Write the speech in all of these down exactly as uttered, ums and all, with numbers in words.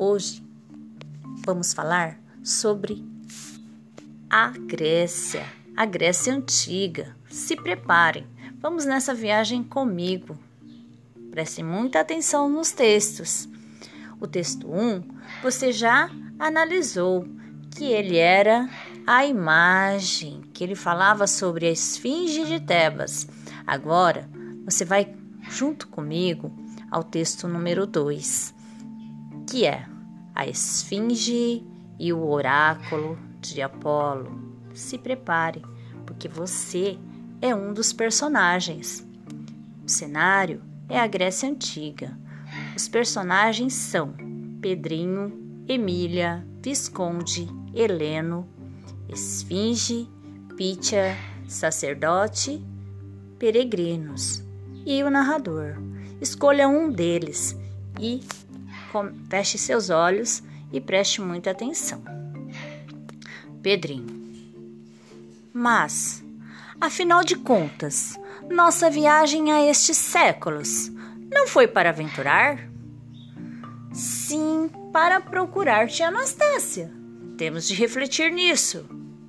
Hoje vamos falar sobre a Grécia, a Grécia Antiga. Se preparem, vamos nessa viagem comigo. Prestem muita atenção nos textos. O texto um, você já analisou que ele era a imagem, que ele falava sobre a esfinge de Tebas. Agora, você vai junto comigo ao texto número dois, que é a esfinge e o oráculo de Apolo. Se prepare, porque você é um dos personagens. O cenário é a Grécia Antiga. Os personagens são Pedrinho, Emília, Visconde, Heleno, Esfinge, Pítia, sacerdote, peregrinos e o narrador. Escolha um deles e feche seus olhos e preste muita atenção. Pedrinho: mas, afinal de contas, nossa viagem a estes séculos não foi para aventurar? Sim, para procurar tia Anastácia. Temos de refletir nisso.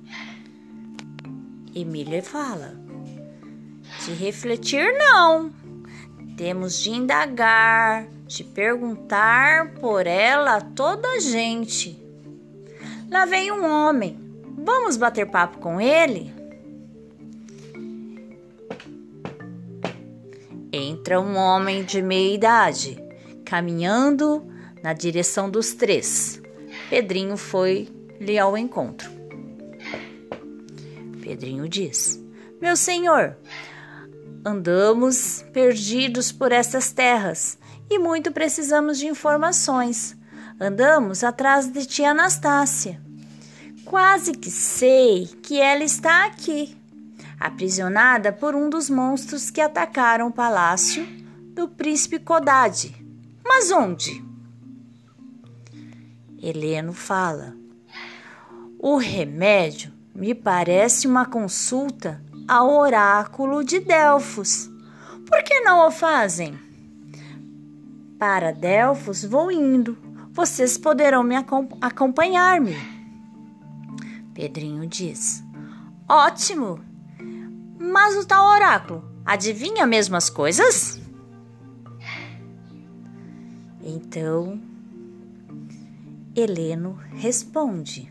Emília fala: de refletir não. Temos de indagar, de perguntar por ela a toda a gente. Lá vem um homem. Vamos bater papo com ele? Entra um homem de meia idade, caminhando na direção dos três. Pedrinho foi-lhe ao encontro. Pedrinho diz: meu senhor, andamos perdidos por essas terras e muito precisamos de informações. Andamos atrás de tia Anastácia. Quase que sei que ela está aqui, aprisionada por um dos monstros que atacaram o palácio do príncipe Codade. Mas onde? Heleno fala: o remédio me parece uma consulta ao oráculo de Delfos. Por que não o fazem? Para Delfos vou indo. Vocês poderão me acom- acompanhar-me. Pedrinho diz: ótimo! Mas o tal oráculo adivinha mesmo as coisas? Então, Heleno responde: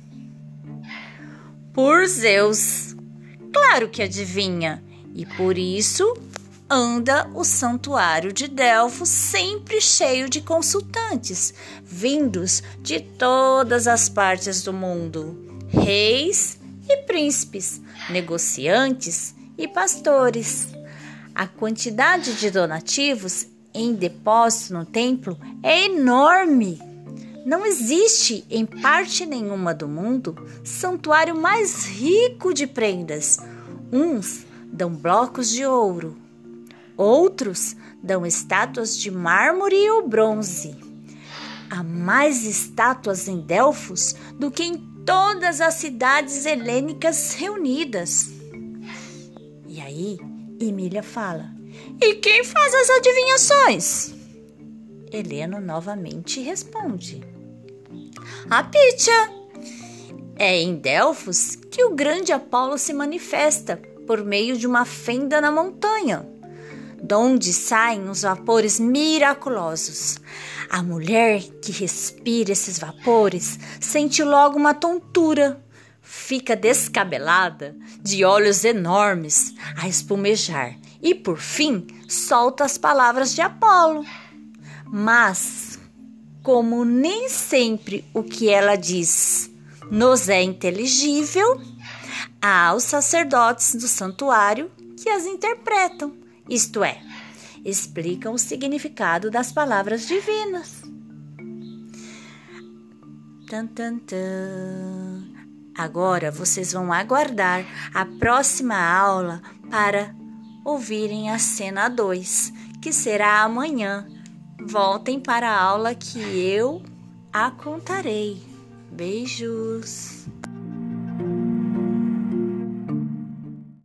por Zeus, claro que adivinha, e por isso anda o santuário de Delfos sempre cheio de consultantes, vindos de todas as partes do mundo, reis e príncipes, negociantes e pastores. A quantidade de donativos em depósito no templo é enorme. Não existe em parte nenhuma do mundo santuário mais rico de prendas. Uns dão blocos de ouro, outros dão estátuas de mármore ou bronze. Há mais estátuas em Delfos do que em todas as cidades helênicas reunidas. E aí, Emília fala: e quem faz as adivinhações? Heleno novamente responde: a Pítia. É em Delfos que o grande Apolo se manifesta por meio de uma fenda na montanha, donde saem os vapores miraculosos. A mulher que respira esses vapores sente logo uma tontura, fica descabelada, de olhos enormes a espumejar e, por fim, solta as palavras de Apolo. Mas, como nem sempre o que ela diz nos é inteligível, há os sacerdotes do santuário que as interpretam, isto é, explicam o significado das palavras divinas. Tan, tan, tan. Agora vocês vão aguardar a próxima aula para ouvirem a cena dois, que será amanhã. Voltem para a aula que eu a contarei. Beijos!